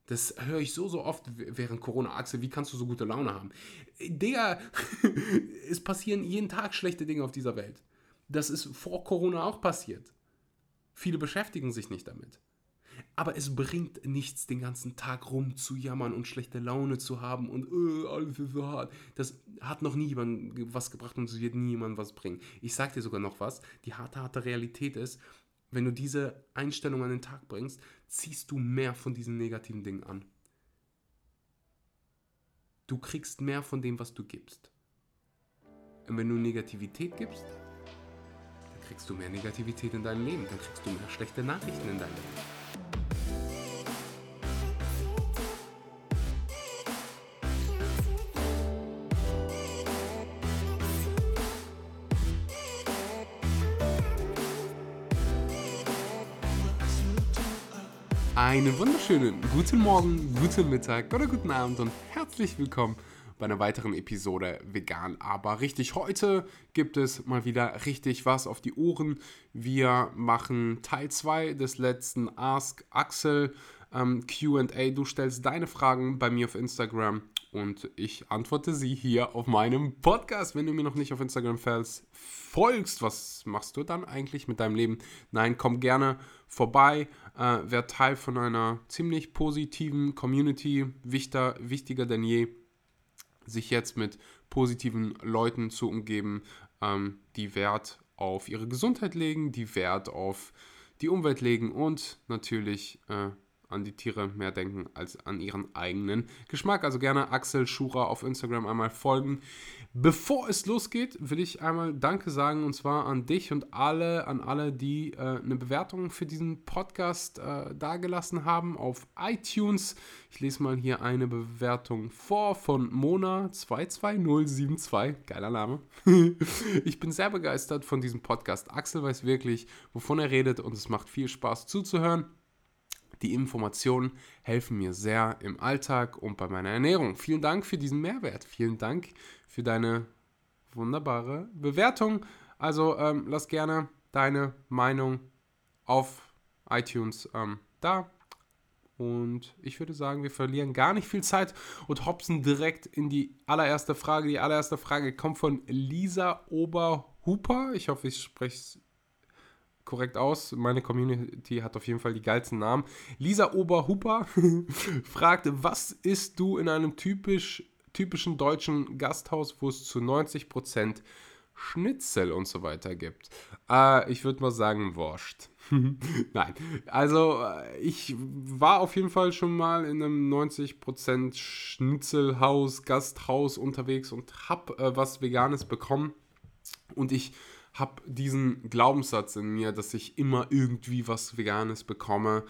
Das höre ich so oft während Corona. Axel, wie kannst du so gute Laune haben? Digga, es passieren jeden Tag schlechte Dinge auf dieser Welt. Das ist vor Corona auch passiert. Viele beschäftigen sich nicht damit. Aber es bringt nichts, den ganzen Tag rumzujammern und schlechte Laune zu haben und alles ist so hart. Das hat noch nie jemand was gebracht und es wird nie jemand was bringen. Ich sag dir sogar noch was. Die harte Realität ist, wenn du diese Einstellung an den Tag bringst, ziehst du mehr von diesen negativen Dingen an. Du kriegst mehr von dem, was du gibst. Und wenn du Negativität gibst, dann kriegst du mehr Negativität in deinem Leben. Dann kriegst du mehr schlechte Nachrichten in deinem Leben. Einen wunderschönen guten Morgen, guten Mittag oder guten Abend und herzlich willkommen bei einer weiteren Episode Vegan, aber richtig. Heute gibt es mal wieder richtig was auf die Ohren. Wir machen Teil 2 des letzten Ask Axel Q&A. Du stellst deine Fragen bei mir auf Instagram und ich antworte sie hier auf meinem Podcast. Wenn du mir noch nicht auf Instagram folgst, was machst du dann eigentlich mit deinem Leben? Nein, komm gerne vorbei, werd Teil von einer ziemlich positiven Community, wichtiger denn je, sich jetzt mit positiven Leuten zu umgeben, die Wert auf ihre Gesundheit legen, die Wert auf die Umwelt legen und natürlich an die Tiere mehr denken als an ihren eigenen Geschmack. Also gerne Axel Schura auf Instagram einmal folgen. Bevor es losgeht, will ich einmal Danke sagen, und zwar an dich und an alle, die eine Bewertung für diesen Podcast dagelassen haben auf iTunes. Ich lese mal hier eine Bewertung vor von Mona22072. Geiler Name. Ich bin sehr begeistert von diesem Podcast. Axel weiß wirklich, wovon er redet, und es macht viel Spaß zuzuhören. Die Informationen helfen mir sehr im Alltag und bei meiner Ernährung. Vielen Dank für diesen Mehrwert. Vielen Dank für deine wunderbare Bewertung. Also lass gerne deine Meinung auf iTunes da. Und ich würde sagen, wir verlieren gar nicht viel Zeit und hopsen direkt in die allererste Frage. Die allererste Frage kommt von Lisa Oberhuper. Ich hoffe, ich spreche es korrekt aus. Meine Community hat auf jeden Fall die geilsten Namen. Lisa Oberhuper fragt, was isst du in einem typischen deutschen Gasthaus, wo es zu 90% Schnitzel und so weiter gibt? Ich würde mal sagen, Wurst. Nein, also ich war auf jeden Fall schon mal in einem 90% Schnitzelhaus, Gasthaus unterwegs und habe was Veganes bekommen. Und ich habe diesen Glaubenssatz in mir, dass ich immer irgendwie was Veganes bekomme,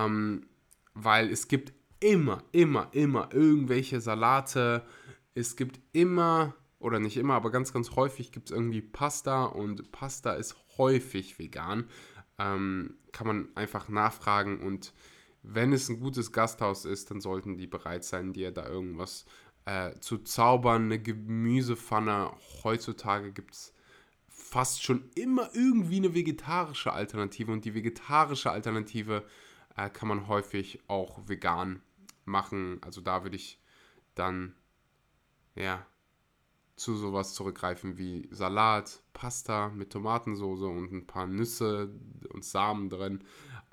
weil es gibt immer irgendwelche Salate. Es gibt immer, oder nicht immer, aber ganz, ganz häufig gibt es irgendwie Pasta, und Pasta ist häufig vegan. Kann man einfach nachfragen, und wenn es ein gutes Gasthaus ist, dann sollten die bereit sein, dir da irgendwas zu zaubern. Eine Gemüsepfanne. Heutzutage gibt es fast schon immer irgendwie eine vegetarische Alternative, und die vegetarische Alternative kann man häufig auch vegan machen. Also da würde ich dann ja zu sowas zurückgreifen wie Salat, Pasta mit Tomatensauce und ein paar Nüsse und Samen drin.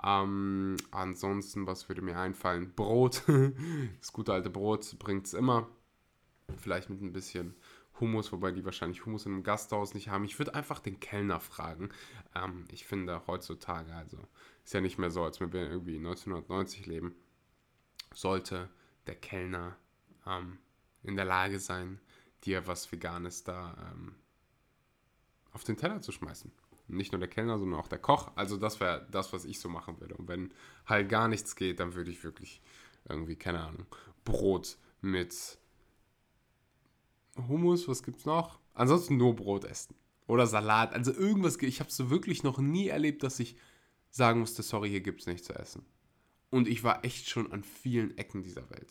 Ansonsten, was würde mir einfallen? Brot. Das gute alte Brot bringt es immer. Vielleicht mit ein bisschen Hummus, wobei die wahrscheinlich Hummus in einem Gasthaus nicht haben. Ich würde einfach den Kellner fragen. Ich finde heutzutage, also ist ja nicht mehr so, als wenn wir irgendwie 1990 leben, sollte der Kellner in der Lage sein, dir was Veganes da auf den Teller zu schmeißen. Nicht nur der Kellner, sondern auch der Koch. Also das wäre das, was ich so machen würde. Und wenn halt gar nichts geht, dann würde ich wirklich irgendwie, keine Ahnung, Brot mit Hummus, was gibt's noch? Ansonsten nur Brot essen. Oder Salat. Also irgendwas. Ich habe es so wirklich noch nie erlebt, dass ich sagen musste, sorry, hier gibt's nichts zu essen. Und ich war echt schon an vielen Ecken dieser Welt.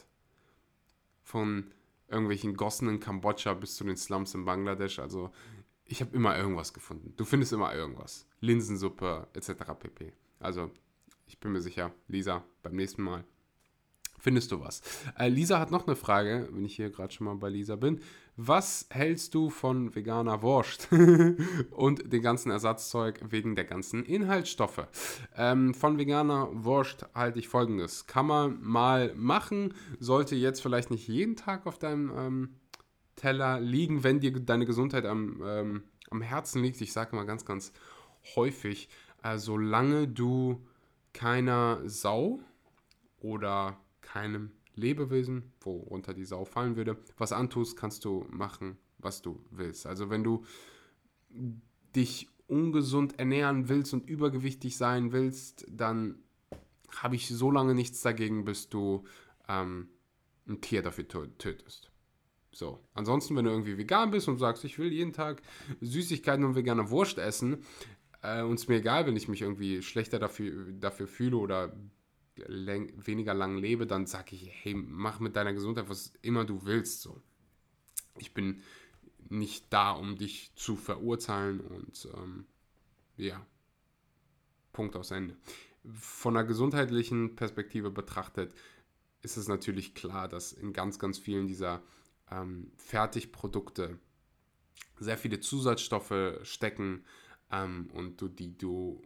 Von irgendwelchen Gossen in Kambodscha bis zu den Slums in Bangladesch. Also ich habe immer irgendwas gefunden. Du findest immer irgendwas. Linsensuppe etc. pp. Also ich bin mir sicher, Lisa, beim nächsten Mal findest du was. Lisa hat noch eine Frage, wenn ich hier gerade schon mal bei Lisa bin. Was hältst du von veganer Wurst und dem ganzen Ersatzzeug wegen der ganzen Inhaltsstoffe? Von veganer Wurst halte ich Folgendes. Kann man mal machen, sollte jetzt vielleicht nicht jeden Tag auf deinem Teller liegen, wenn dir deine Gesundheit am Herzen liegt. Ich sage mal ganz, ganz häufig, solange du keiner Sau oder keinem Lebewesen, worunter die Sau fallen würde, was antust, kannst du machen, was du willst. Also wenn du dich ungesund ernähren willst und übergewichtig sein willst, dann habe ich so lange nichts dagegen, bis du ein Tier dafür tötest. So, ansonsten, wenn du irgendwie vegan bist und sagst, ich will jeden Tag Süßigkeiten und vegane Wurst essen, und es ist mir egal, wenn ich mich irgendwie schlechter dafür fühle oder weniger lang lebe, dann sage ich, hey, mach mit deiner Gesundheit, was immer du willst. So. Ich bin nicht da, um dich zu verurteilen und ja, Punkt aus Ende. Von einer gesundheitlichen Perspektive betrachtet ist es natürlich klar, dass in ganz, ganz vielen dieser Fertigprodukte sehr viele Zusatzstoffe stecken, und du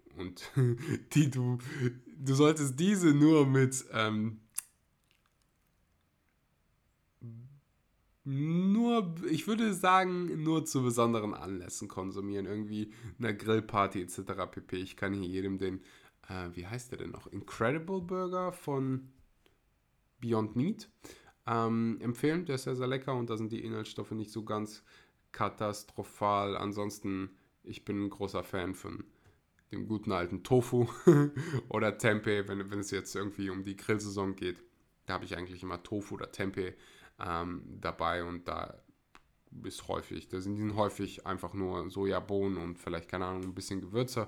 solltest diese nur mit ich würde sagen, nur zu besonderen Anlässen konsumieren, irgendwie einer Grillparty etc. pp. Ich kann hier jedem den, wie heißt der denn noch? Incredible Burger von Beyond Meat empfehlen. Der ist sehr, sehr lecker und da sind die Inhaltsstoffe nicht so ganz katastrophal. Ansonsten, ich bin ein großer Fan von dem guten alten Tofu oder Tempeh, wenn es jetzt irgendwie um die Grillsaison geht. Da habe ich eigentlich immer Tofu oder Tempeh dabei und da sind häufig einfach nur Sojabohnen und vielleicht, keine Ahnung, ein bisschen Gewürze.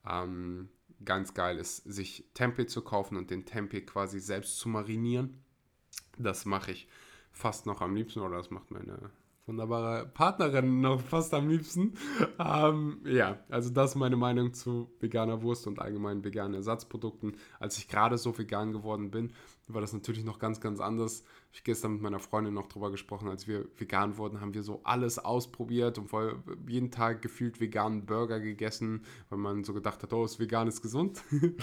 Ganz geil ist, sich Tempeh zu kaufen und den Tempeh quasi selbst zu marinieren. Das mache ich fast noch am liebsten, oder das macht meine wunderbare Partnerin noch fast am liebsten. Ja, also das ist meine Meinung zu veganer Wurst und allgemein veganen Ersatzprodukten. Als ich gerade so vegan geworden bin, war das natürlich noch ganz, ganz anders. Ich habe gestern mit meiner Freundin noch drüber gesprochen, als wir vegan wurden, haben wir so alles ausprobiert und voll jeden Tag gefühlt veganen Burger gegessen, weil man so gedacht hat, oh, ist vegan, ist gesund.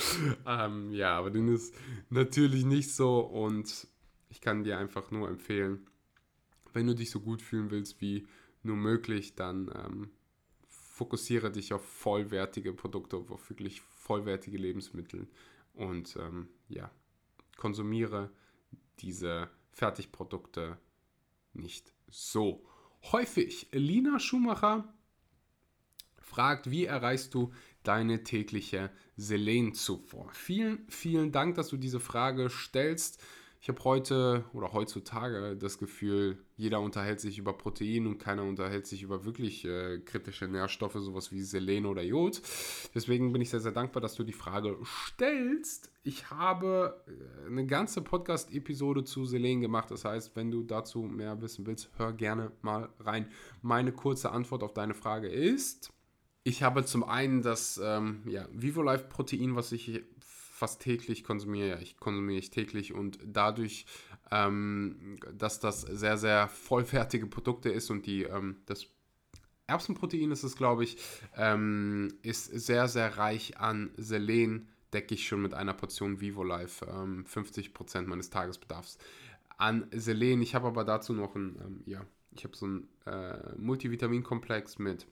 Ja, aber den ist natürlich nicht so und ich kann dir einfach nur empfehlen, wenn du dich so gut fühlen willst wie nur möglich, dann fokussiere dich auf vollwertige Produkte, auf wirklich vollwertige Lebensmittel und ja, konsumiere diese Fertigprodukte nicht so häufig. Lina Schumacher fragt, wie erreichst du deine tägliche Selenzufuhr? Vielen, vielen Dank, dass du diese Frage stellst. Ich habe heutzutage das Gefühl, jeder unterhält sich über Protein und keiner unterhält sich über wirklich kritische Nährstoffe, sowas wie Selen oder Jod. Deswegen bin ich sehr, sehr dankbar, dass du die Frage stellst. Ich habe eine ganze Podcast-Episode zu Selen gemacht. Das heißt, wenn du dazu mehr wissen willst, hör gerne mal rein. Meine kurze Antwort auf deine Frage ist: Ich habe zum einen das VivoLife-Protein, was ich fast täglich konsumiere. Ja, ich konsumiere ich täglich und dadurch, dass das sehr, sehr vollwertige Produkte ist und das Erbsenprotein ist es, glaube ich, ist sehr, sehr reich an Selen, decke ich schon mit einer Portion VivoLife 50% meines Tagesbedarfs an Selen. Ich habe aber dazu noch ich habe so einen Multivitaminkomplex mit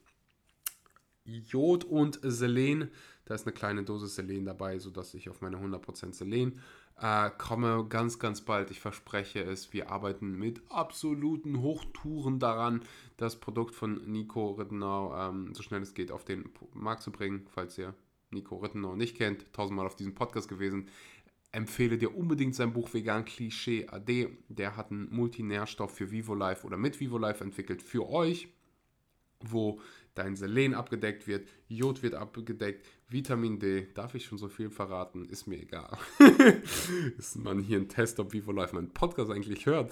Jod und Selen. Da ist eine kleine Dosis Selen dabei, sodass ich auf meine 100% Selen komme ganz, ganz bald. Ich verspreche es. Wir arbeiten mit absoluten Hochtouren daran, das Produkt von Nico Rittenau so schnell es geht auf den Markt zu bringen. Falls ihr Nico Rittenau nicht kennt, 1000-mal auf diesem Podcast gewesen, empfehle dir unbedingt sein Buch Vegan Klischee AD. Der hat einen Multinährstoff für VivoLife oder mit VivoLife entwickelt für euch, wo dein Selen abgedeckt wird, Jod wird abgedeckt, Vitamin D, darf ich schon so viel verraten, ist mir egal. Ist man hier ein Test, ob VivoLife meinen Podcast eigentlich hört.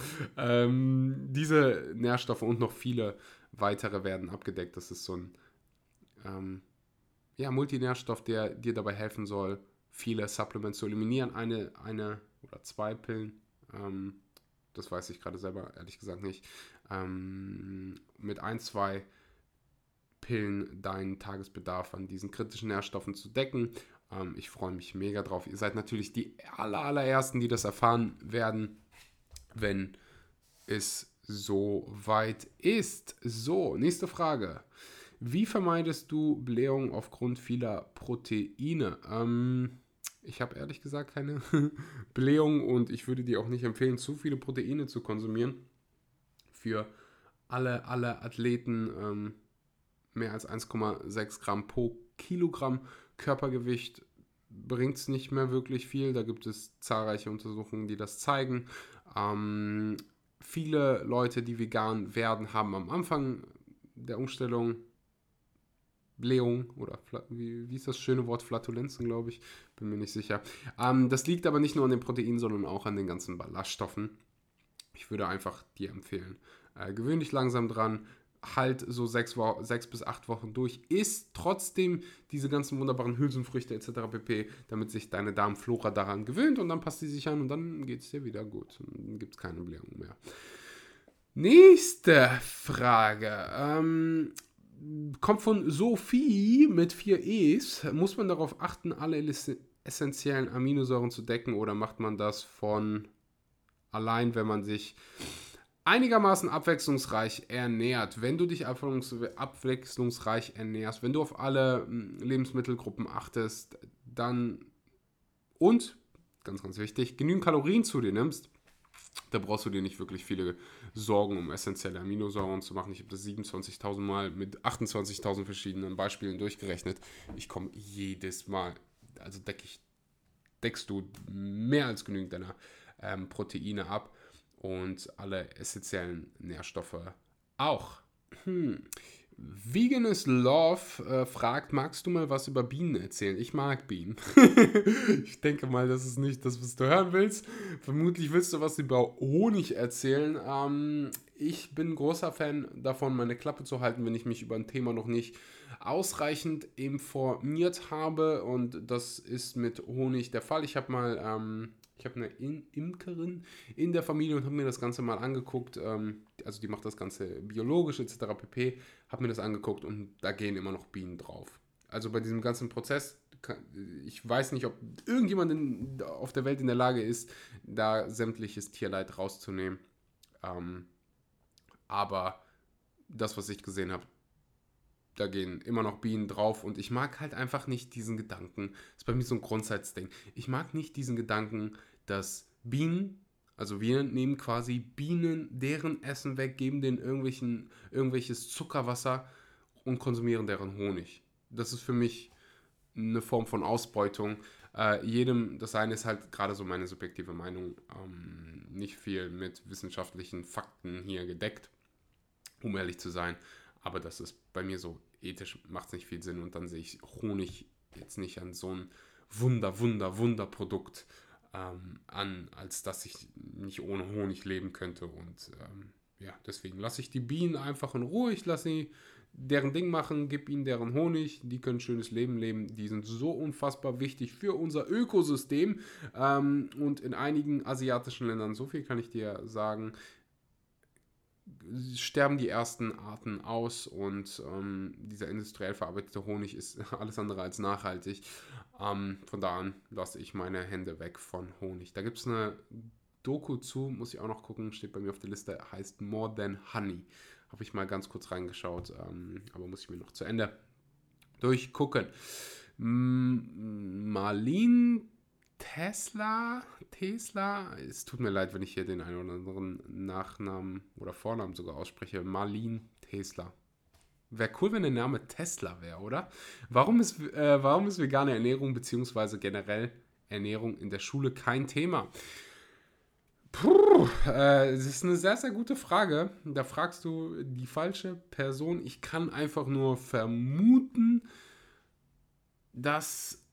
Diese Nährstoffe und noch viele weitere werden abgedeckt. Das ist so ein Multinährstoff, der dir dabei helfen soll, viele Supplements zu eliminieren. Eine oder zwei Pillen Das weiß ich gerade selber ehrlich gesagt nicht. Mit 2 Pillen deinen Tagesbedarf an diesen kritischen Nährstoffen zu decken. Ich freue mich mega drauf. Ihr seid natürlich die allerersten, die das erfahren werden, wenn es so weit ist. So, nächste Frage. Wie vermeidest du Blähung aufgrund vieler Proteine? Ich habe ehrlich gesagt keine Blähung und ich würde dir auch nicht empfehlen, zu viele Proteine zu konsumieren. Für alle Athleten mehr als 1,6 Gramm pro Kilogramm Körpergewicht bringt es nicht mehr wirklich viel. Da gibt es zahlreiche Untersuchungen, die das zeigen. Viele Leute, die vegan werden, haben am Anfang der Umstellung Blähung oder wie ist das schöne Wort? Flatulenzen, glaube ich. Bin mir nicht sicher. Das liegt aber nicht nur an den Proteinen, sondern auch an den ganzen Ballaststoffen. Ich würde einfach dir empfehlen, gewöhn dich langsam dran, halt so 6 bis 8 Wochen durch, isst trotzdem diese ganzen wunderbaren Hülsenfrüchte etc. pp., damit sich deine Darmflora daran gewöhnt und dann passt sie sich an und dann geht es dir wieder gut. Dann gibt es keine Blähung mehr. Nächste Frage. Kommt von Sophie mit 4 E's. Muss man darauf achten, alle essentiellen Aminosäuren zu decken oder macht man das von allein, wenn man sich einigermaßen abwechslungsreich ernährt? Wenn du dich abwechslungsreich ernährst, wenn du auf alle Lebensmittelgruppen achtest, dann und, ganz, ganz wichtig, genügend Kalorien zu dir nimmst, da brauchst du dir nicht wirklich viele Sorgen um essentielle Aminosäuren zu machen. Ich habe das 27.000 Mal mit 28.000 verschiedenen Beispielen durchgerechnet. Ich komme jedes Mal, also deckst du mehr als genügend deiner Proteine ab und alle essentiellen Nährstoffe auch. Veganous Love fragt, magst du mal was über Bienen erzählen? Ich mag Bienen. Ich denke mal, das ist nicht das, was du hören willst. Vermutlich willst du was über Honig erzählen. Ich bin großer Fan davon, meine Klappe zu halten, wenn ich mich über ein Thema noch nicht ausreichend informiert habe. Und das ist mit Honig der Fall. Ich habe eine Imkerin in der Familie und habe mir das Ganze mal angeguckt. Also die macht das Ganze biologisch etc. pp. Habe mir das angeguckt und da gehen immer noch Bienen drauf. Also bei diesem ganzen Prozess, ich weiß nicht, ob irgendjemand auf der Welt in der Lage ist, da sämtliches Tierleid rauszunehmen. Aber das, was ich gesehen habe, da gehen immer noch Bienen drauf und ich mag halt einfach nicht diesen Gedanken, das ist bei mir so ein Grundsatzding, ich mag nicht diesen Gedanken, dass Bienen, also wir nehmen quasi Bienen deren Essen weg, geben denen irgendwelches Zuckerwasser und konsumieren deren Honig. Das ist für mich eine Form von Ausbeutung. Das eine ist halt gerade so meine subjektive Meinung, nicht viel mit wissenschaftlichen Fakten hier gedeckt, um ehrlich zu sein. Aber das ist bei mir so, ethisch macht es nicht viel Sinn und dann sehe ich Honig jetzt nicht an so ein Wunderprodukt an, als dass ich nicht ohne Honig leben könnte. Und ja, deswegen lasse ich die Bienen einfach in Ruhe. Ich lasse sie deren Ding machen, gebe ihnen deren Honig. Die können ein schönes Leben leben. Die sind so unfassbar wichtig für unser Ökosystem. Und in einigen asiatischen Ländern, so viel kann ich dir sagen, sterben die ersten Arten aus und dieser industriell verarbeitete Honig ist alles andere als nachhaltig. Von da an lasse ich meine Hände weg von Honig. Da gibt es eine Doku zu, muss ich auch noch gucken, steht bei mir auf der Liste, heißt More Than Honey. Habe ich mal ganz kurz reingeschaut, aber muss ich mir noch zu Ende durchgucken. Marlene Tesla, es tut mir leid, wenn ich hier den einen oder anderen Nachnamen oder Vornamen sogar ausspreche. Marlene Tesla. Wäre cool, wenn der Name Tesla wäre, oder? Warum ist vegane Ernährung bzw. generell Ernährung in der Schule kein Thema? Das ist eine sehr, sehr gute Frage. Da fragst du die falsche Person. Ich kann einfach nur vermuten, dass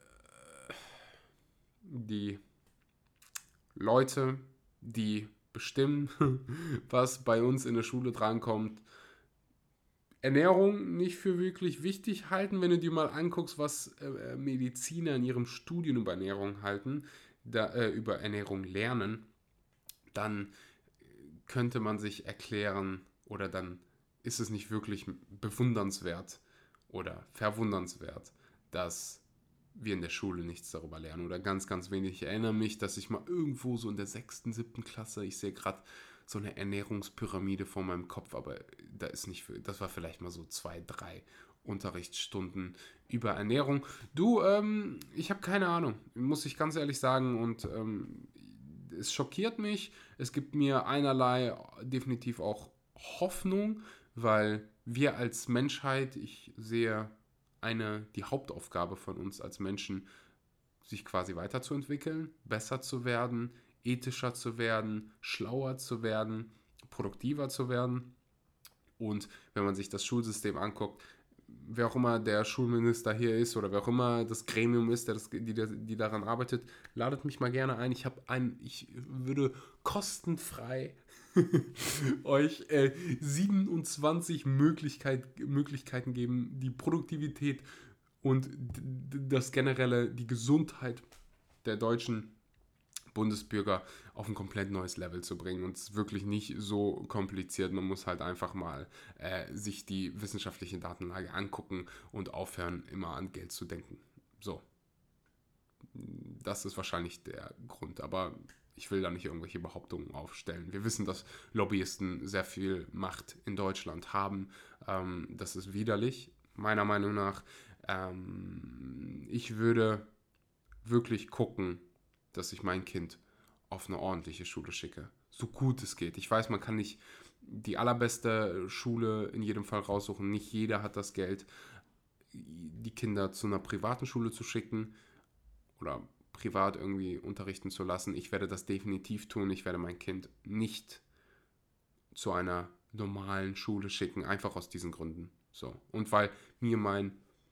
die Leute, die bestimmen, was bei uns in der Schule drankommt, Ernährung nicht für wirklich wichtig halten. Wenn du dir mal anguckst, was Mediziner in ihrem Studium über Ernährung halten, über Ernährung lernen, dann könnte man sich erklären oder dann ist es nicht wirklich bewundernswert oder verwundernswert, dass wir in der Schule nichts darüber lernen oder ganz, ganz wenig. Ich erinnere mich, dass ich mal irgendwo so in der 6., 7. Klasse, ich sehe gerade so eine Ernährungspyramide vor meinem Kopf, aber da ist nicht viel, das war vielleicht mal so 2, 3 Unterrichtsstunden über Ernährung. Du, ich habe keine Ahnung, muss ich ganz ehrlich sagen, und es schockiert mich. Es gibt mir einerlei definitiv auch Hoffnung, weil wir als Menschheit, ich sehe die Hauptaufgabe von uns als Menschen, sich quasi weiterzuentwickeln, besser zu werden, ethischer zu werden, schlauer zu werden, produktiver zu werden. Und wenn man sich das Schulsystem anguckt, wer auch immer der Schulminister hier ist oder wer auch immer das Gremium ist, die daran arbeitet, ladet mich mal gerne ein. Ich würde kostenfrei euch 27 Möglichkeiten geben, die Produktivität und die Gesundheit der deutschen Bundesbürger auf ein komplett neues Level zu bringen. Und es ist wirklich nicht so kompliziert. Man muss halt einfach mal sich die wissenschaftliche Datenlage angucken und aufhören, immer an Geld zu denken. So, das ist wahrscheinlich der Grund. Aber ich will da nicht irgendwelche Behauptungen aufstellen. Wir wissen, dass Lobbyisten sehr viel Macht in Deutschland haben. Das ist widerlich, meiner Meinung nach. Ich würde wirklich gucken, dass ich mein Kind auf eine ordentliche Schule schicke. So gut es geht. Ich weiß, man kann nicht die allerbeste Schule in jedem Fall raussuchen. Nicht jeder hat das Geld, die Kinder zu einer privaten Schule zu schicken oder privat irgendwie unterrichten zu lassen. Ich werde das definitiv tun. Ich werde mein Kind nicht zu einer normalen Schule schicken, einfach aus diesen Gründen. So. Und weil mir mein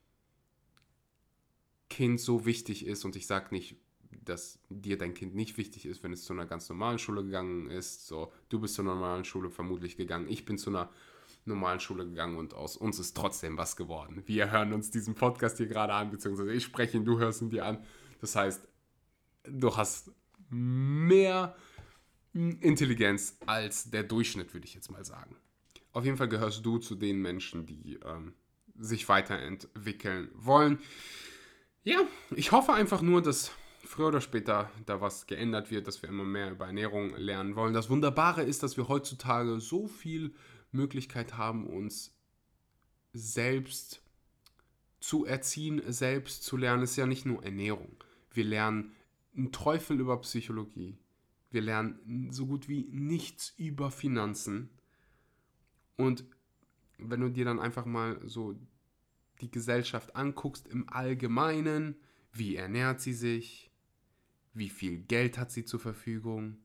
Kind so wichtig ist und ich sage nicht, dass dir dein Kind nicht wichtig ist, wenn es zu einer ganz normalen Schule gegangen ist. So, du bist zu einer normalen Schule vermutlich gegangen. Ich bin zu einer normalen Schule gegangen und aus uns ist trotzdem was geworden. Wir hören uns diesen Podcast hier gerade an, beziehungsweise ich spreche ihn, du hörst ihn dir an. Das heißt, du hast mehr Intelligenz als der Durchschnitt, würde ich jetzt mal sagen. Auf jeden Fall gehörst du zu den Menschen, die sich weiterentwickeln wollen. Ja, ich hoffe einfach nur, dass früher oder später da was geändert wird, dass wir immer mehr über Ernährung lernen wollen. Das Wunderbare ist, dass wir heutzutage so viel Möglichkeit haben, uns selbst zu erziehen, selbst zu lernen. Es ist ja nicht nur Ernährung. Wir lernen einen Teufel über Psychologie. Wir lernen so gut wie nichts über Finanzen. Und wenn du dir dann einfach mal so die Gesellschaft anguckst im Allgemeinen, wie ernährt sie sich, wie viel Geld hat sie zur Verfügung,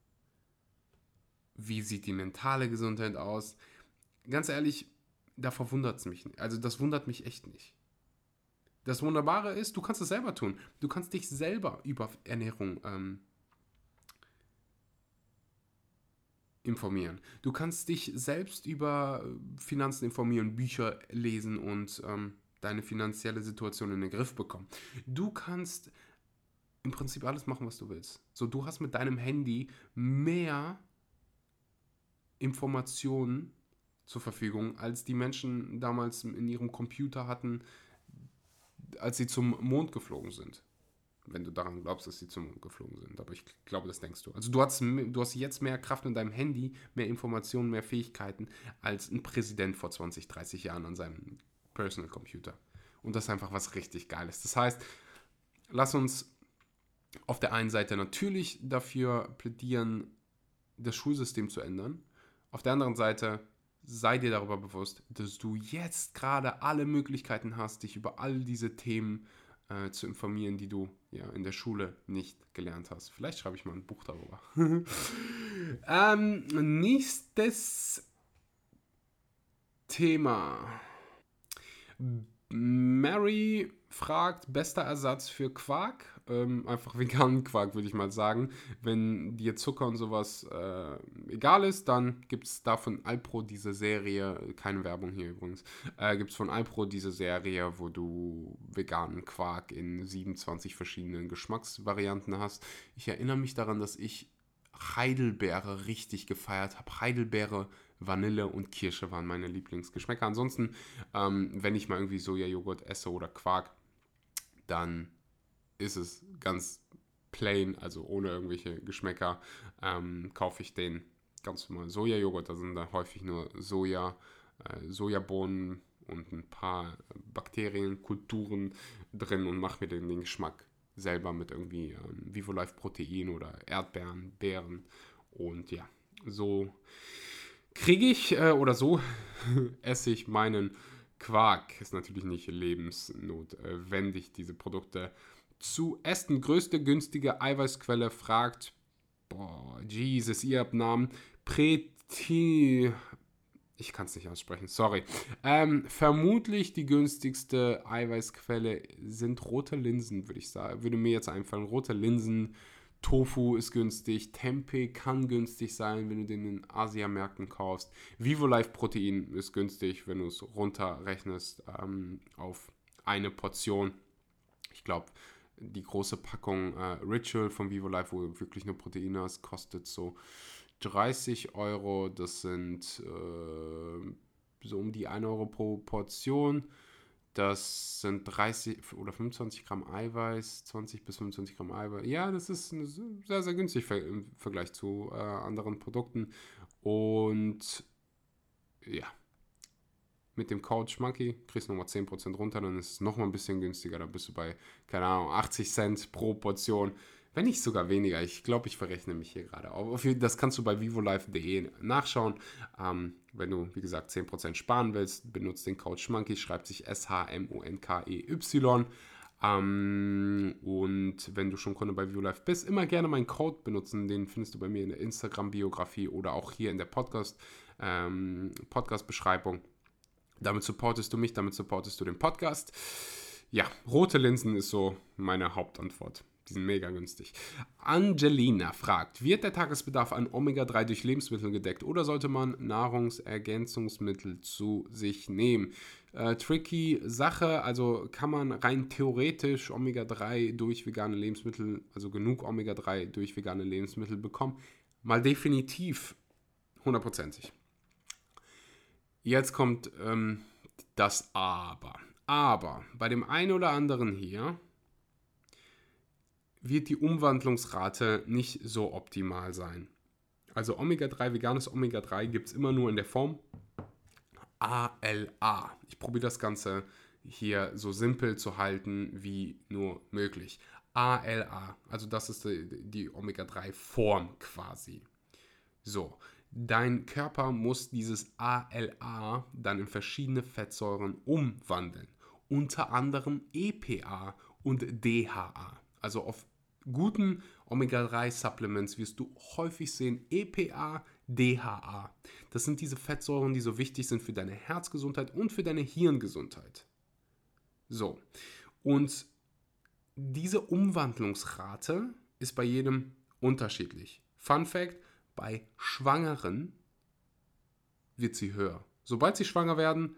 wie sieht die mentale Gesundheit aus. Ganz ehrlich, da verwundert es mich nicht. Also das wundert mich echt nicht. Das Wunderbare ist, du kannst es selber tun. Du kannst dich selber über Ernährung informieren. Du kannst dich selbst über Finanzen informieren, Bücher lesen und deine finanzielle Situation in den Griff bekommen. Du kannst im Prinzip alles machen, was du willst. So, du hast mit deinem Handy mehr Informationen zur Verfügung, als die Menschen damals in ihrem Computer hatten, als sie zum Mond geflogen sind. Wenn du daran glaubst, dass sie zum Mond geflogen sind. Aber ich glaube, das denkst du. Also du hast jetzt mehr Kraft in deinem Handy, mehr Informationen, mehr Fähigkeiten, als ein Präsident vor 20, 30 Jahren an seinem Personal Computer. Und das ist einfach was richtig Geiles. Das heißt, lass uns auf der einen Seite natürlich dafür plädieren, das Schulsystem zu ändern. Auf der anderen Seite sei dir darüber bewusst, dass du jetzt gerade alle Möglichkeiten hast, dich über all diese Themen zu informieren, die du ja in der Schule nicht gelernt hast. Vielleicht schreibe ich mal ein Buch darüber. Nächstes Thema. Mary fragt, bester Ersatz für Quark? Einfach veganen Quark, würde ich mal sagen. Wenn dir Zucker und sowas egal ist, dann gibt es da von Alpro diese Serie, keine Werbung hier übrigens, gibt es von Alpro diese Serie, wo du veganen Quark in 27 verschiedenen Geschmacksvarianten hast. Ich erinnere mich daran, dass ich Heidelbeere richtig gefeiert habe. Heidelbeere, Vanille und Kirsche waren meine Lieblingsgeschmäcker. Ansonsten, wenn ich mal irgendwie Sojajoghurt esse oder Quark, dann ist es ganz plain, also ohne irgendwelche Geschmäcker, kaufe ich den ganz normal Sojajoghurt. Da sind da häufig nur Sojabohnen und ein paar Bakterienkulturen drin und mache mir den Geschmack selber mit irgendwie Vivo-Life Protein oder Erdbeeren, Beeren. Und ja, so kriege ich oder so esse ich meinen Quark. Ist natürlich nicht lebensnotwendig, diese Produkte zu essen. Größte günstige Eiweißquelle fragt, Jesus, ihr habt Namen, Preti, ich kann es nicht aussprechen, sorry. Vermutlich die günstigste Eiweißquelle sind rote Linsen, würde ich sagen. Würde mir jetzt einfallen. Rote Linsen, Tofu ist günstig, Tempeh kann günstig sein, wenn du den in Asiamärkten kaufst. Vivo-Life Protein ist günstig, wenn du es runterrechnest auf eine Portion. Ich glaube, die große Packung Ritual von Vivo-Life, wo wirklich nur Proteine ist, kostet so 30 Euro. Das sind so um die 1 Euro pro Portion. Das sind 30 oder 25 Gramm Eiweiß, 20 bis 25 Gramm Eiweiß. Ja, das ist sehr, sehr günstig im Vergleich zu anderen Produkten. Und ja, mit dem Code Schmanky kriegst du nochmal 10% runter, dann ist es nochmal ein bisschen günstiger. Da bist du bei, keine Ahnung, 80 Cent pro Portion. Wenn nicht sogar weniger. Ich glaube, ich verrechne mich hier gerade. Das kannst du bei vivolife.de nachschauen. Wenn du, wie gesagt, 10% sparen willst, benutzt den Code Schmanky, schreibt sich SHMONKEY. Und wenn du schon Kunde bei Vivolife bist, immer gerne meinen Code benutzen. Den findest du bei mir in der Instagram-Biografie oder auch hier in der Podcast-Beschreibung. Damit supportest du mich, damit supportest du den Podcast. Ja, rote Linsen ist so meine Hauptantwort. Die sind mega günstig. Angelina fragt, wird der Tagesbedarf an Omega-3 durch Lebensmittel gedeckt oder sollte man Nahrungsergänzungsmittel zu sich nehmen? Tricky Sache, also kann man rein theoretisch Omega-3 durch vegane Lebensmittel, also genug Omega-3 durch vegane Lebensmittel bekommen? Mal definitiv 100%. Jetzt kommt das Aber. Aber bei dem einen oder anderen hier wird die Umwandlungsrate nicht so optimal sein. Also Omega-3, veganes Omega-3 gibt es immer nur in der Form ALA. Ich probiere das Ganze hier so simpel zu halten wie nur möglich. ALA, also das ist die Omega-3-Form quasi. So, dein Körper muss dieses ALA dann in verschiedene Fettsäuren umwandeln. Unter anderem EPA und DHA. Also auf guten Omega-3-Supplements wirst du häufig sehen EPA, DHA. Das sind diese Fettsäuren, die so wichtig sind für deine Herzgesundheit und für deine Hirngesundheit. So, und diese Umwandlungsrate ist bei jedem unterschiedlich. Fun Fact, bei Schwangeren wird sie höher. Sobald sie schwanger werden,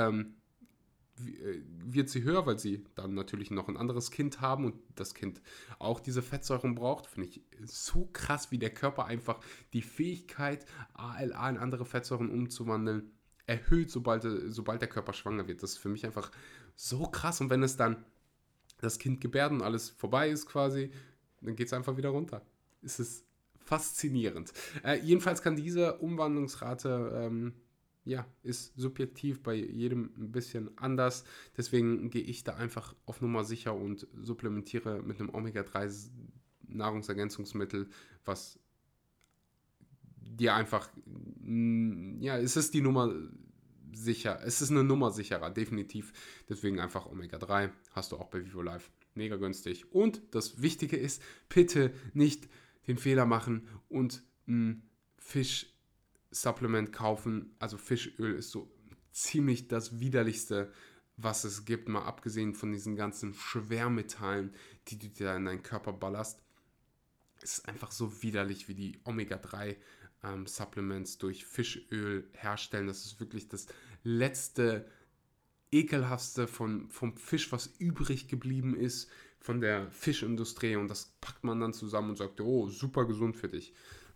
wird sie höher, weil sie dann natürlich noch ein anderes Kind haben und das Kind auch diese Fettsäuren braucht. Finde ich so krass, wie der Körper einfach die Fähigkeit, ALA in andere Fettsäuren umzuwandeln, erhöht, sobald der Körper schwanger wird. Das ist für mich einfach so krass. Und wenn es dann das Kind gebärt und alles vorbei ist quasi, dann geht es einfach wieder runter. Es ist faszinierend. Jedenfalls kann diese Umwandlungsrate ist subjektiv bei jedem ein bisschen anders. Deswegen gehe ich da einfach auf Nummer sicher und supplementiere mit einem Omega-3 Nahrungsergänzungsmittel, was dir einfach, es ist die Nummer sicher. Es ist eine Nummer sicherer, definitiv. Deswegen einfach Omega-3 hast du auch bei Vivolife. Mega günstig. Und das Wichtige ist, bitte nicht den Fehler machen und ein Fisch-Supplement kaufen. Also Fischöl ist so ziemlich das Widerlichste, was es gibt, mal abgesehen von diesen ganzen Schwermetallen, die du dir in deinen Körper ballerst. Es ist einfach so widerlich, wie die Omega-3 Supplements durch Fischöl herstellen. Das ist wirklich das letzte, ekelhaftste vom Fisch, was übrig geblieben ist von der Fischindustrie. Und das packt man dann zusammen und sagt, oh, super gesund für dich.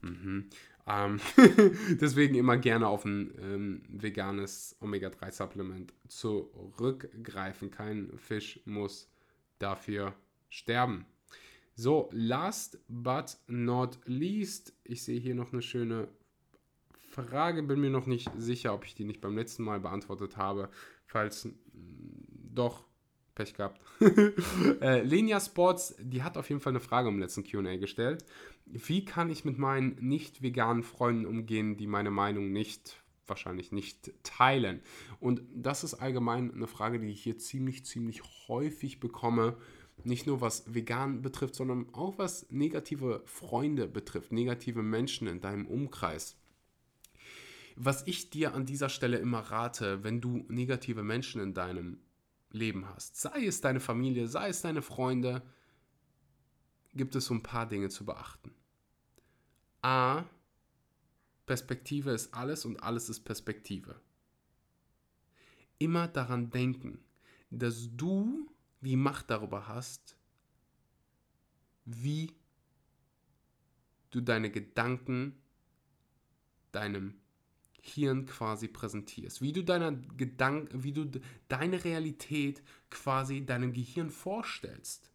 Ähm, deswegen immer gerne auf ein veganes Omega-3-Supplement zurückgreifen. Kein Fisch muss dafür sterben. So, last but not least, ich sehe hier noch eine schöne Frage, bin mir noch nicht sicher, ob ich die nicht beim letzten Mal beantwortet habe. Falls doch, Pech gehabt. Lenia Sports, die hat auf jeden Fall eine Frage im letzten Q&A gestellt. Wie kann ich mit meinen nicht veganen Freunden umgehen, die meine Meinung wahrscheinlich nicht teilen? Und das ist allgemein eine Frage, die ich hier ziemlich häufig bekomme. Nicht nur was vegan betrifft, sondern auch was negative Freunde betrifft, negative Menschen in deinem Umkreis. Was ich dir an dieser Stelle immer rate, wenn du negative Menschen in deinem Leben hast, sei es deine Familie, sei es deine Freunde, gibt es so ein paar Dinge zu beachten. A, Perspektive ist alles und alles ist Perspektive. Immer daran denken, dass du die Macht darüber hast, wie du deine Gedanken deinem Hirn quasi präsentierst, wie du deine Realität quasi deinem Gehirn vorstellst.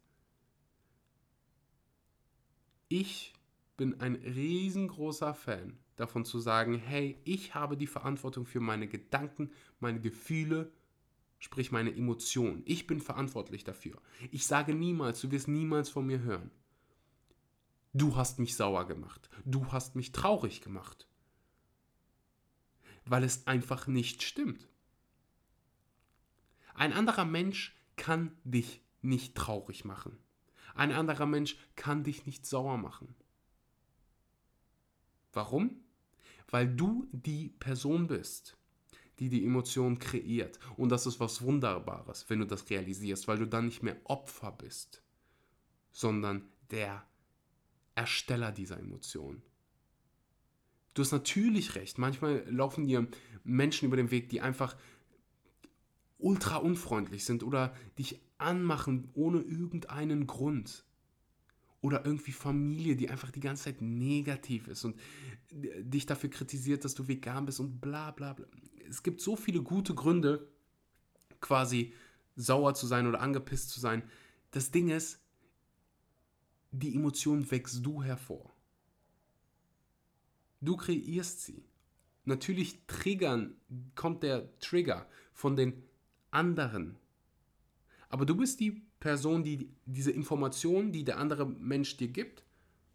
Ich bin ein riesengroßer Fan davon zu sagen, hey, ich habe die Verantwortung für meine Gedanken, meine Gefühle, sprich meine Emotionen. Ich bin verantwortlich dafür. Ich sage niemals, du wirst niemals von mir hören. Du hast mich sauer gemacht. Du hast mich traurig gemacht. Weil es einfach nicht stimmt. Ein anderer Mensch kann dich nicht traurig machen. Ein anderer Mensch kann dich nicht sauer machen. Warum? Weil du die Person bist, die die Emotion kreiert. Und das ist was Wunderbares, wenn du das realisierst, weil du dann nicht mehr Opfer bist, sondern der Ersteller dieser Emotion. Du hast natürlich recht, manchmal laufen dir Menschen über den Weg, die einfach ultra unfreundlich sind oder dich anmachen ohne irgendeinen Grund. Oder irgendwie Familie, die einfach die ganze Zeit negativ ist und dich dafür kritisiert, dass du vegan bist und bla bla bla. Es gibt so viele gute Gründe, quasi sauer zu sein oder angepisst zu sein. Das Ding ist, die Emotion wächst du hervor. Du kreierst sie. Natürlich kommt der Trigger von den anderen. Aber du bist die Person, die diese Information, die der andere Mensch dir gibt,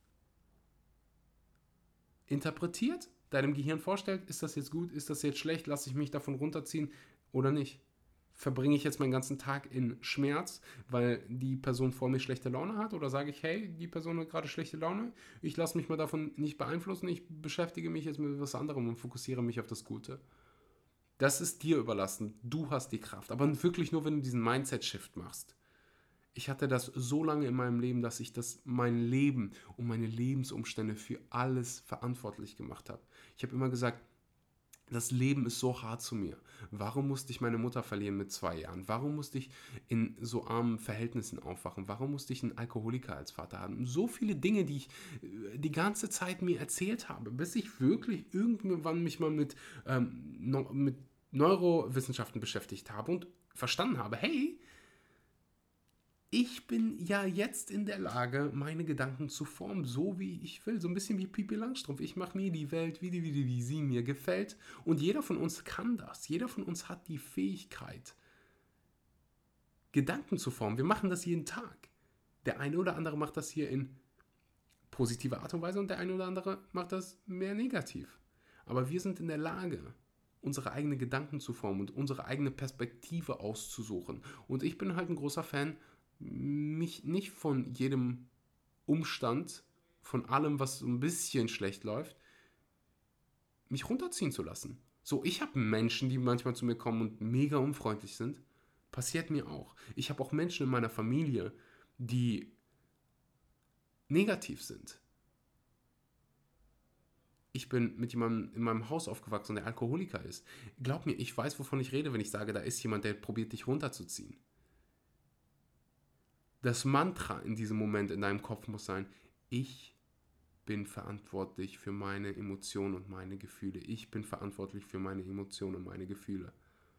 interpretiert, deinem Gehirn vorstellt, ist das jetzt gut, ist das jetzt schlecht, lasse ich mich davon runterziehen oder nicht? Verbringe ich jetzt meinen ganzen Tag in Schmerz, weil die Person vor mir schlechte Laune hat? Oder sage ich, hey, die Person hat gerade schlechte Laune, ich lasse mich mal davon nicht beeinflussen, ich beschäftige mich jetzt mit etwas anderem und fokussiere mich auf das Gute. Das ist dir überlassen, du hast die Kraft, aber wirklich nur, wenn du diesen Mindset-Shift machst. Ich hatte das so lange in meinem Leben, dass ich mein Leben und meine Lebensumstände für alles verantwortlich gemacht habe. Ich habe immer gesagt, das Leben ist so hart zu mir. Warum musste ich meine Mutter verlieren mit 2 Jahren? Warum musste ich in so armen Verhältnissen aufwachen? Warum musste ich einen Alkoholiker als Vater haben? So viele Dinge, die ich die ganze Zeit mir erzählt habe, bis ich wirklich irgendwann mich mal mit Neurowissenschaften beschäftigt habe und verstanden habe, hey, ich bin ja jetzt in der Lage, meine Gedanken zu formen, so wie ich will. So ein bisschen wie Pipi Langstrumpf. Ich mache mir die Welt, wie sie mir gefällt. Und jeder von uns kann das. Jeder von uns hat die Fähigkeit, Gedanken zu formen. Wir machen das jeden Tag. Der eine oder andere macht das hier in positiver Art und Weise und der eine oder andere macht das mehr negativ. Aber wir sind in der Lage, unsere eigenen Gedanken zu formen und unsere eigene Perspektive auszusuchen. Und ich bin halt ein großer Fan, mich nicht von jedem Umstand, von allem, was so ein bisschen schlecht läuft, mich runterziehen zu lassen. So, ich habe Menschen, die manchmal zu mir kommen und mega unfreundlich sind. Passiert mir auch. Ich habe auch Menschen in meiner Familie, die negativ sind. Ich bin mit jemandem in meinem Haus aufgewachsen, der Alkoholiker ist. Glaub mir, ich weiß, wovon ich rede, wenn ich sage, da ist jemand, der probiert, dich runterzuziehen. Das Mantra in diesem Moment in deinem Kopf muss sein, ich bin verantwortlich für meine Emotionen und meine Gefühle. Ich bin verantwortlich für meine Emotionen und meine Gefühle.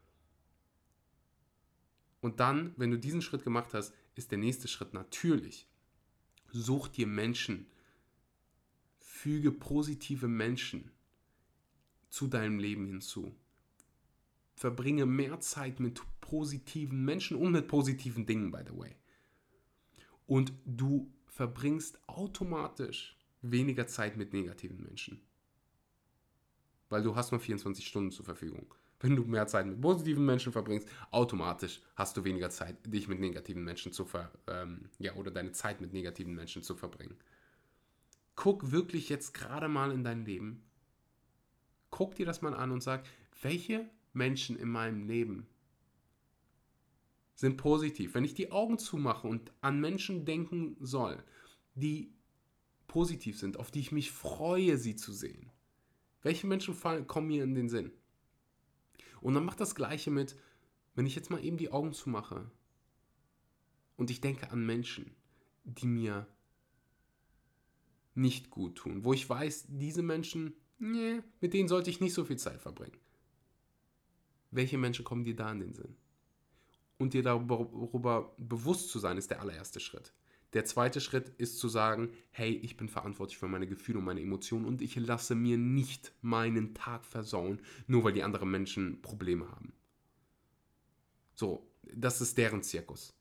Und dann, wenn du diesen Schritt gemacht hast, ist der nächste Schritt natürlich, such dir Menschen, füge positive Menschen zu deinem Leben hinzu. Verbringe mehr Zeit mit positiven Menschen und mit positiven Dingen, by the way. Und du verbringst automatisch weniger Zeit mit negativen Menschen. Weil du hast nur 24 Stunden zur Verfügung. Wenn du mehr Zeit mit positiven Menschen verbringst, automatisch hast du weniger Zeit, dich mit negativen Menschen oder deine Zeit mit negativen Menschen zu verbringen. Guck wirklich jetzt gerade mal in dein Leben. Guck dir das mal an und sag, welche Menschen in meinem Leben sind positiv. Wenn ich die Augen zumache und an Menschen denken soll, die positiv sind, auf die ich mich freue, sie zu sehen. Welche Menschen kommen mir in den Sinn? Und dann mach das Gleiche mit, wenn ich jetzt mal eben die Augen zumache und ich denke an Menschen, die mir nicht gut tun, wo ich weiß, diese Menschen, mit denen sollte ich nicht so viel Zeit verbringen. Welche Menschen kommen dir da in den Sinn? Und dir darüber bewusst zu sein, ist der allererste Schritt. Der zweite Schritt ist zu sagen, hey, ich bin verantwortlich für meine Gefühle und meine Emotionen und ich lasse mir nicht meinen Tag versauen, nur weil die anderen Menschen Probleme haben. So, das ist deren Zirkus.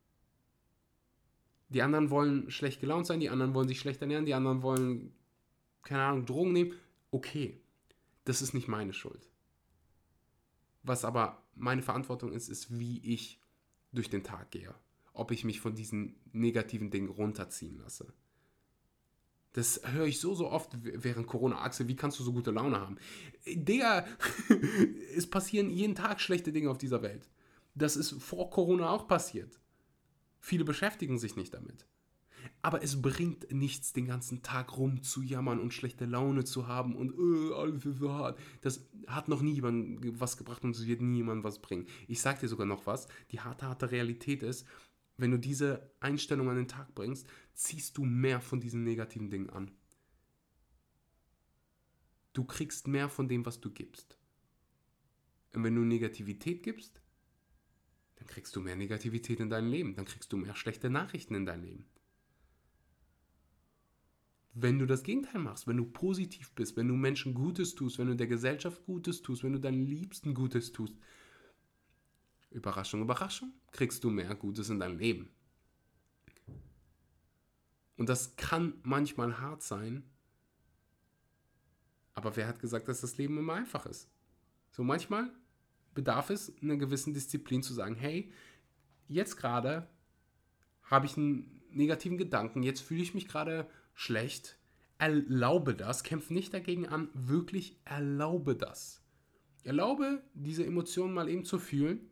Die anderen wollen schlecht gelaunt sein, die anderen wollen sich schlecht ernähren, die anderen wollen, keine Ahnung, Drogen nehmen. Okay, das ist nicht meine Schuld. Was aber meine Verantwortung ist, wie ich durch den Tag gehe. Ob ich mich von diesen negativen Dingen runterziehen lasse. Das höre ich so oft während Corona. Axel, wie kannst du so gute Laune haben? Digga, es passieren jeden Tag schlechte Dinge auf dieser Welt. Das ist vor Corona auch passiert. Viele beschäftigen sich nicht damit. Aber es bringt nichts, den ganzen Tag rumzujammern und schlechte Laune zu haben und alles ist so hart. Das hat noch nie jemand was gebracht und es wird nie jemand was bringen. Ich sag dir sogar noch was, die harte Realität ist, wenn du diese Einstellung an den Tag bringst, ziehst du mehr von diesen negativen Dingen an. Du kriegst mehr von dem, was du gibst. Und wenn du Negativität gibst, dann kriegst du mehr Negativität in dein Leben. Dann kriegst du mehr schlechte Nachrichten in dein Leben. Wenn du das Gegenteil machst, wenn du positiv bist, wenn du Menschen Gutes tust, wenn du der Gesellschaft Gutes tust, wenn du deinen Liebsten Gutes tust, Überraschung, Überraschung, kriegst du mehr Gutes in dein Leben. Und das kann manchmal hart sein, aber wer hat gesagt, dass das Leben immer einfach ist? So manchmal bedarf es einer gewissen Disziplin zu sagen, hey, jetzt gerade habe ich einen negativen Gedanken, jetzt fühle ich mich gerade schlecht, erlaube das, kämpfe nicht dagegen an, wirklich erlaube das. Erlaube, diese Emotionen mal eben zu fühlen.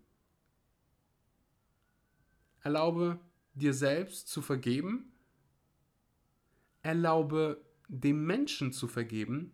Erlaube, dir selbst zu vergeben. Erlaube, dem Menschen zu vergeben,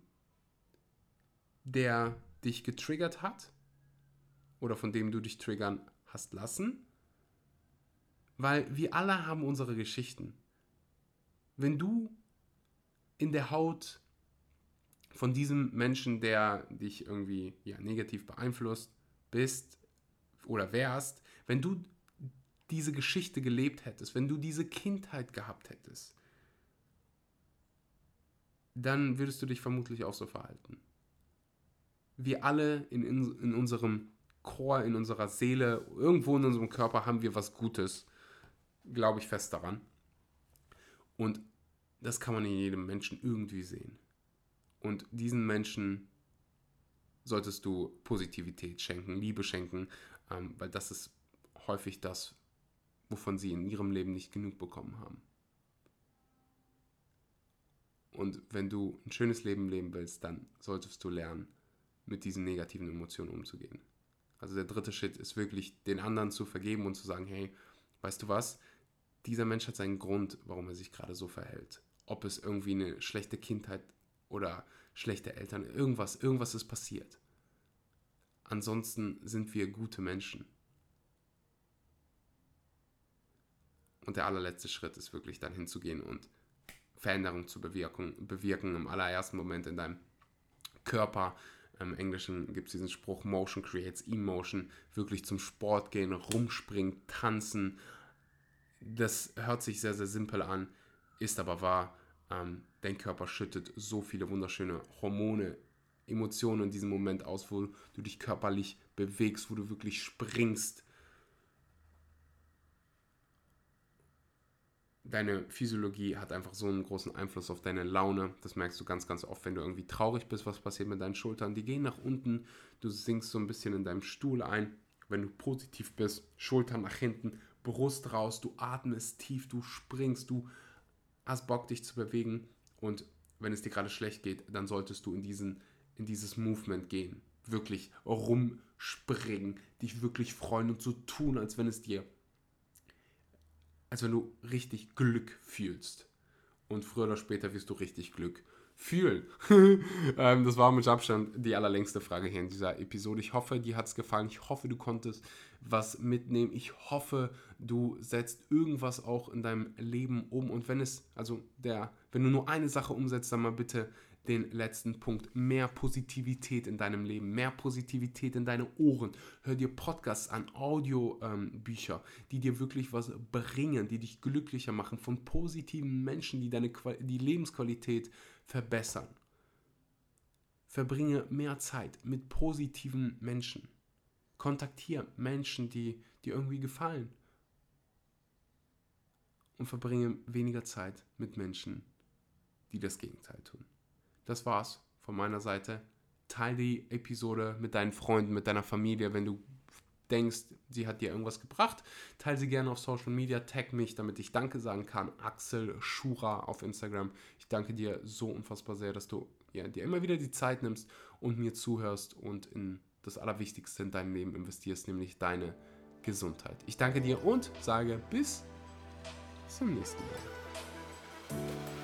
der dich getriggert hat oder von dem du dich triggern hast lassen. Weil wir alle haben unsere Geschichten. Wenn du in der Haut von diesem Menschen, der dich irgendwie negativ beeinflusst bist oder wärst, wenn du diese Geschichte gelebt hättest, wenn du diese Kindheit gehabt hättest, dann würdest du dich vermutlich auch so verhalten. Wir alle in unserem Chor, in unserer Seele, irgendwo in unserem Körper haben wir was Gutes, glaube ich fest daran. Und das kann man in jedem Menschen irgendwie sehen. Und diesen Menschen solltest du Positivität schenken, Liebe schenken, weil das ist häufig das, wovon sie in ihrem Leben nicht genug bekommen haben. Und wenn du ein schönes Leben leben willst, dann solltest du lernen, mit diesen negativen Emotionen umzugehen. Also der dritte Schritt ist wirklich, den anderen zu vergeben und zu sagen, hey, weißt du was, dieser Mensch hat seinen Grund, warum er sich gerade so verhält. Ob es irgendwie eine schlechte Kindheit oder schlechte Eltern, irgendwas ist passiert. Ansonsten sind wir gute Menschen. Und der allerletzte Schritt ist wirklich dann hinzugehen und Veränderung zu bewirken im allerersten Moment in deinem Körper. Im Englischen gibt es diesen Spruch, Motion creates emotion, wirklich zum Sport gehen, rumspringen, tanzen. Das hört sich sehr, sehr simpel an, ist aber wahr. Dein Körper schüttet so viele wunderschöne Hormone, Emotionen in diesem Moment aus, wo du dich körperlich bewegst, wo du wirklich springst. Deine Physiologie hat einfach so einen großen Einfluss auf deine Laune. Das merkst du ganz, ganz oft, wenn du irgendwie traurig bist. Was passiert mit deinen Schultern? Die gehen nach unten. Du sinkst so ein bisschen in deinem Stuhl ein. Wenn du positiv bist, Schultern nach hinten, Brust raus. Du atmest tief, du springst, du hast Bock, dich zu bewegen. Und wenn es dir gerade schlecht geht, dann solltest du in dieses Movement gehen. Wirklich rumspringen, dich wirklich freuen und so tun, als wenn du richtig Glück fühlst. Und früher oder später wirst du richtig Glück fühlen. Das war mit Abstand die allerlängste Frage hier in dieser Episode. Ich hoffe, dir hat es gefallen. Ich hoffe, du konntest was mitnehmen. Ich hoffe, du setzt irgendwas auch in deinem Leben um. Und wenn du nur eine Sache umsetzt, dann mal bitte den letzten Punkt. Mehr Positivität in deinem Leben, mehr Positivität in deine Ohren. Hör dir Podcasts an, Audiobücher, die dir wirklich was bringen, die dich glücklicher machen, von positiven Menschen, die die Lebensqualität verbessern. Verbringe mehr Zeit mit positiven Menschen. Kontaktiere Menschen, die dir irgendwie gefallen. Und verbringe weniger Zeit mit Menschen, die das Gegenteil tun. Das war's von meiner Seite. Teile die Episode mit deinen Freunden, mit deiner Familie, wenn du denkst, sie hat dir irgendwas gebracht. Teile sie gerne auf Social Media, tag mich, damit ich Danke sagen kann. Axel Schura auf Instagram. Ich danke dir so unfassbar sehr, dass du dir immer wieder die Zeit nimmst und mir zuhörst und in das Allerwichtigste in deinem Leben investierst, nämlich deine Gesundheit. Ich danke dir und sage bis zum nächsten Mal.